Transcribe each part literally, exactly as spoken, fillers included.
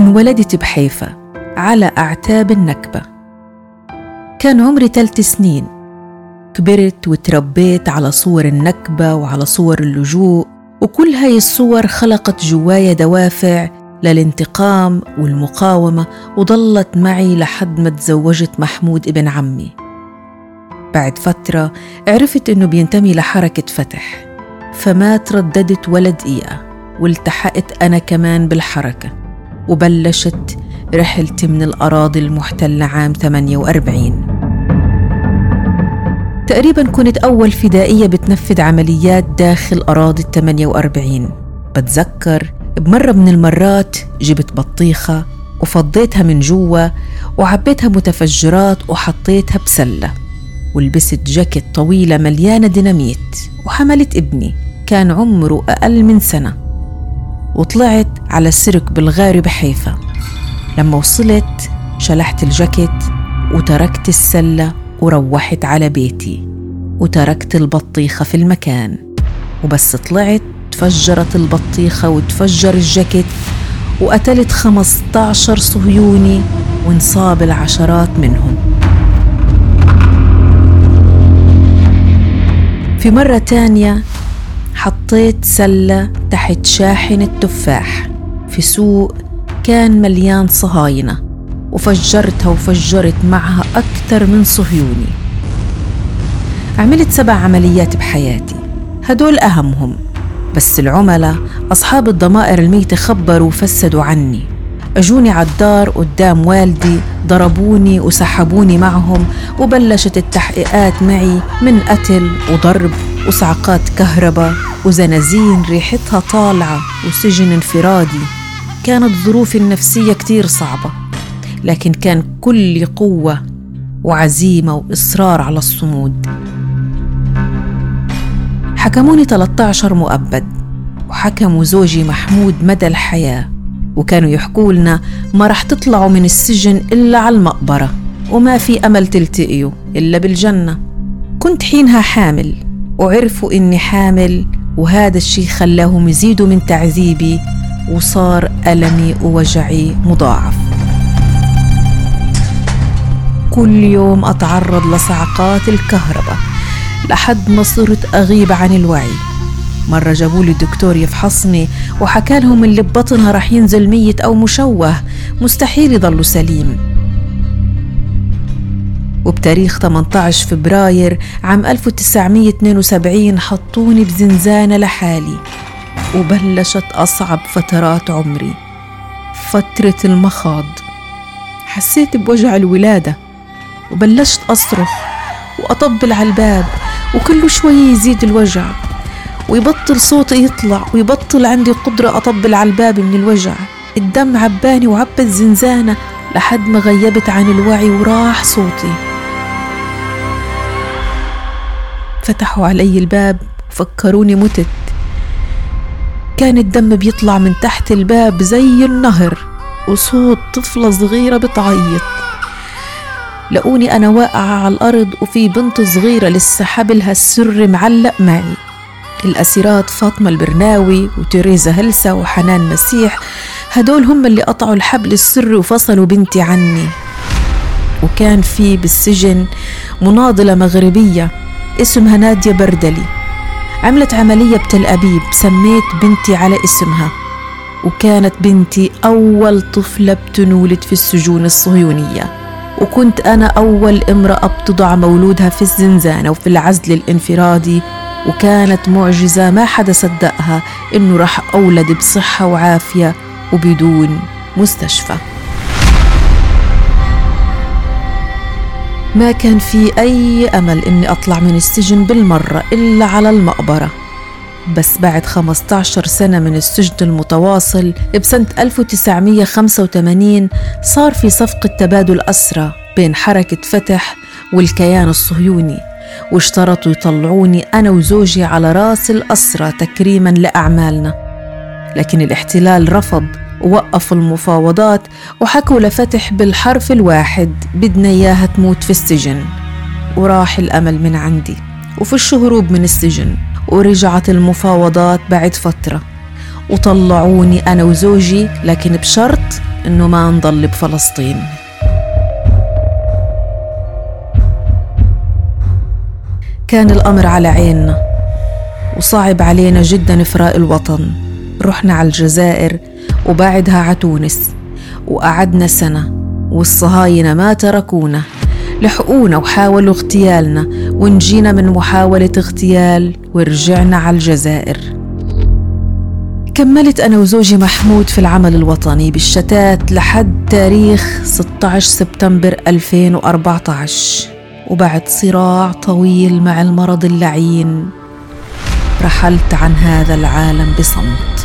انولدت بحيفا على أعتاب النكبة. كان عمري ثلاث سنين. كبرت وتربيت على صور النكبة وعلى صور اللجوء، وكل هاي الصور خلقت جوايا دوافع للانتقام والمقاومة، وظلت معي لحد ما تزوجت محمود ابن عمي. بعد فترة عرفت إنه بينتمي لحركة فتح، فما ترددت ولا دقيقة والتحقت أنا كمان بالحركة، وبلشت رحلتي من الأراضي المحتلة عام ثمانية وأربعين. تقريباً كنت أول فدائية بتنفذ عمليات داخل أراضي الثمانية وأربعين. بتذكر بمرة من المرات جبت بطيخة وفضيتها من جوا وعبيتها متفجرات وحطيتها بسلة، ولبست جاكيت طويلة مليانة ديناميت، وحملت ابني كان عمره أقل من سنة، وطلعت على السيرك بالغارة بحيفا. لما وصلت شلحت الجاكيت وتركت السلة وروحت على بيتي، وتركت البطيخة في المكان، وبس طلعت تفجرت البطيخة وتفجر الجاكيت، وقتلت خمسة عشر صهيوني وانصاب العشرات منهم. في مرة تانية حطيت سلة تحت شاحن التفاح في سوق كان مليان صهاينة، وفجرتها وفجرت معها أكثر من صهيوني. عملت سبع عمليات بحياتي، هدول أهمهم، بس العملاء أصحاب الضمائر الميتة خبروا وفسدوا عني. أجوني على الدار قدام والدي، ضربوني وسحبوني معهم، وبلشت التحقيقات معي من قتل وضرب وصعقات كهرباء وزنازين ريحتها طالعة وسجن انفرادي. كانت ظروفي النفسية كتير صعبة، لكن كان كل قوة وعزيمة وإصرار على الصمود. حكموني ثلاثة عشر مؤبد، وحكموا زوجي محمود مدى الحياة، وكانوا يحكوا لنا ما رح تطلعوا من السجن إلا على المقبرة، وما في أمل تلتقيوا إلا بالجنة. كنت حينها حامل، وعرفوا إني حامل، وهذا الشيء خلاهم يزيدوا من تعذيبي، وصار ألمي ووجعي مضاعف. كل يوم أتعرض لصعقات الكهرباء لحد ما صرت أغيب عن الوعي. مرة جابولي الدكتور يفحصني وحكى لهم اللي ببطنها رح ينزل ميت أو مشوه، مستحيل يضلوا سليم. وبتاريخ ثمانية عشر فبراير عام ألف وتسعمية واثنين وسبعين حطوني بزنزانة لحالي، وبلشت أصعب فترات عمري، فترة المخاض. حسيت بوجع الولادة، وبلشت أصرخ وأطبل على الباب، وكل شوية يزيد الوجع ويبطل صوتي يطلع، ويبطل عندي قدرة أطبل على الباب من الوجع. الدم عباني وعبى الزنزانة لحد ما غيبت عن الوعي وراح صوتي. فتحوا علي الباب وفكروني متت. كان الدم بيطلع من تحت الباب زي النهر، وصوت طفلة صغيرة بتعيط. لقوني أنا واقعة على الأرض، وفي بنت صغيرة لسه حبلها السر معلق معي. الأسيرات فاطمة البرناوي وتيريزا هلسة وحنان مسيح، هدول هم اللي قطعوا الحبل السري وفصلوا بنتي عني. وكان في بالسجن مناضلة مغربية اسمها نادية بردلي، عملت عملية بتل أبيب، سميت بنتي على اسمها، وكانت بنتي أول طفلة بتنولد في السجون الصهيونية. وكنت أنا أول امرأة بتضع مولودها في الزنزانة وفي العزل الانفرادي، وكانت معجزة ما حدا صدقها إنه رح أولد بصحة وعافية وبدون مستشفى. ما كان في أي أمل إني أطلع من السجن بالمرة إلا على المقبرة. بس بعد خمسة عشر سنة من السجن المتواصل، بسنة ألف وتسعمية وخمسة وثمانين صار في صفقة تبادل أسرى بين حركة فتح والكيان الصهيوني، واشترطوا يطلعوني أنا وزوجي على راس الأسرى تكريما لأعمالنا. لكن الاحتلال رفض ووقف المفاوضات، وحكوا لفتح بالحرف الواحد بدنا إياها تموت في السجن. وراح الأمل من عندي وفي هروب من السجن، ورجعت المفاوضات بعد فترة وطلعوني أنا وزوجي، لكن بشرط إنه ما نضل بفلسطين. كان الأمر على عيننا وصعب علينا جدا فراق الوطن. رحنا على الجزائر وبعدها على تونس وقعدنا سنة، والصهاينة ما تركونا، لحقونا وحاولوا اغتيالنا، ونجينا من محاولة اغتيال ورجعنا على الجزائر. كملت أنا وزوجي محمود في العمل الوطني بالشتات لحد تاريخ ستة عشر سبتمبر ألفين وأربعة عشر، وبعد صراع طويل مع المرض اللعين رحلت عن هذا العالم بصمت.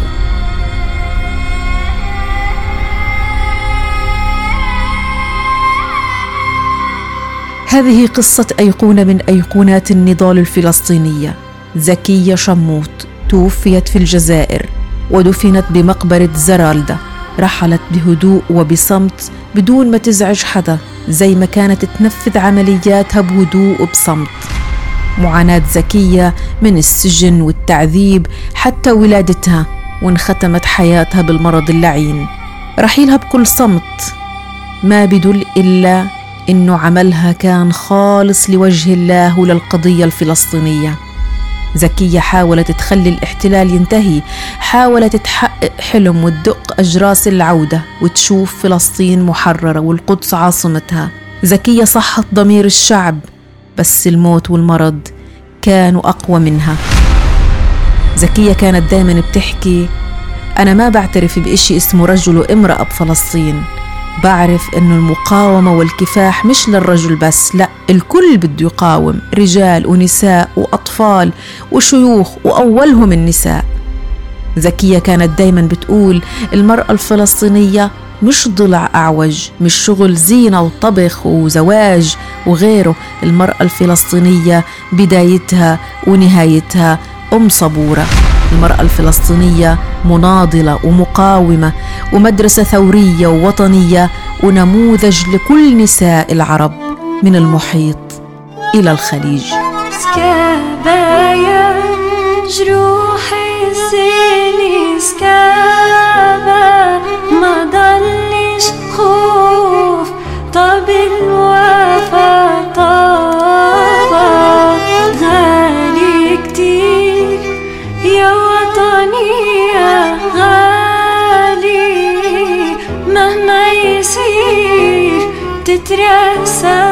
هذه قصة أيقونة من أيقونات النضال الفلسطينية، زكية شموت، توفيت في الجزائر ودفنت بمقبرة زرالدا. رحلت بهدوء وبصمت بدون ما تزعج حدا، زي ما كانت تنفذ عملياتها بهدوء وبصمت. معاناة زكية من السجن والتعذيب حتى ولادتها، وانختمت حياتها بالمرض اللعين. رحيلها بكل صمت ما بدل إلا إنه عملها كان خالص لوجه الله وللقضية الفلسطينية. زكية حاولت تخلي الاحتلال ينتهي، حاولت تحقق حلم وتدق أجراس العودة وتشوف فلسطين محررة والقدس عاصمتها. زكية صحت ضمير الشعب، بس الموت والمرض كانوا أقوى منها. زكية كانت دايما بتحكي: أنا ما بعترف بإشي اسمه رجل وامرأة بفلسطين، بعرف إنه المقاومة والكفاح مش للرجل بس، لا، الكل بده يقاوم، رجال ونساء وأطفال وشيوخ وأولهم النساء. زكية كانت دايما بتقول المرأة الفلسطينية مش ضلع أعوج، مش شغل زينة وطبخ وزواج وغيره. المرأة الفلسطينية بدايتها ونهايتها أم صبورة. المرأة الفلسطينية مناضلة ومقاومة ومدرسة ثورية ووطنية ونموذج لكل نساء العرب من المحيط إلى الخليج. سكابايا جروحي سيلي سكابا، ما ضلش خوف، طب الوفا طابا، غالي كتير يا وطني يا غالي، مهما يصير تترسى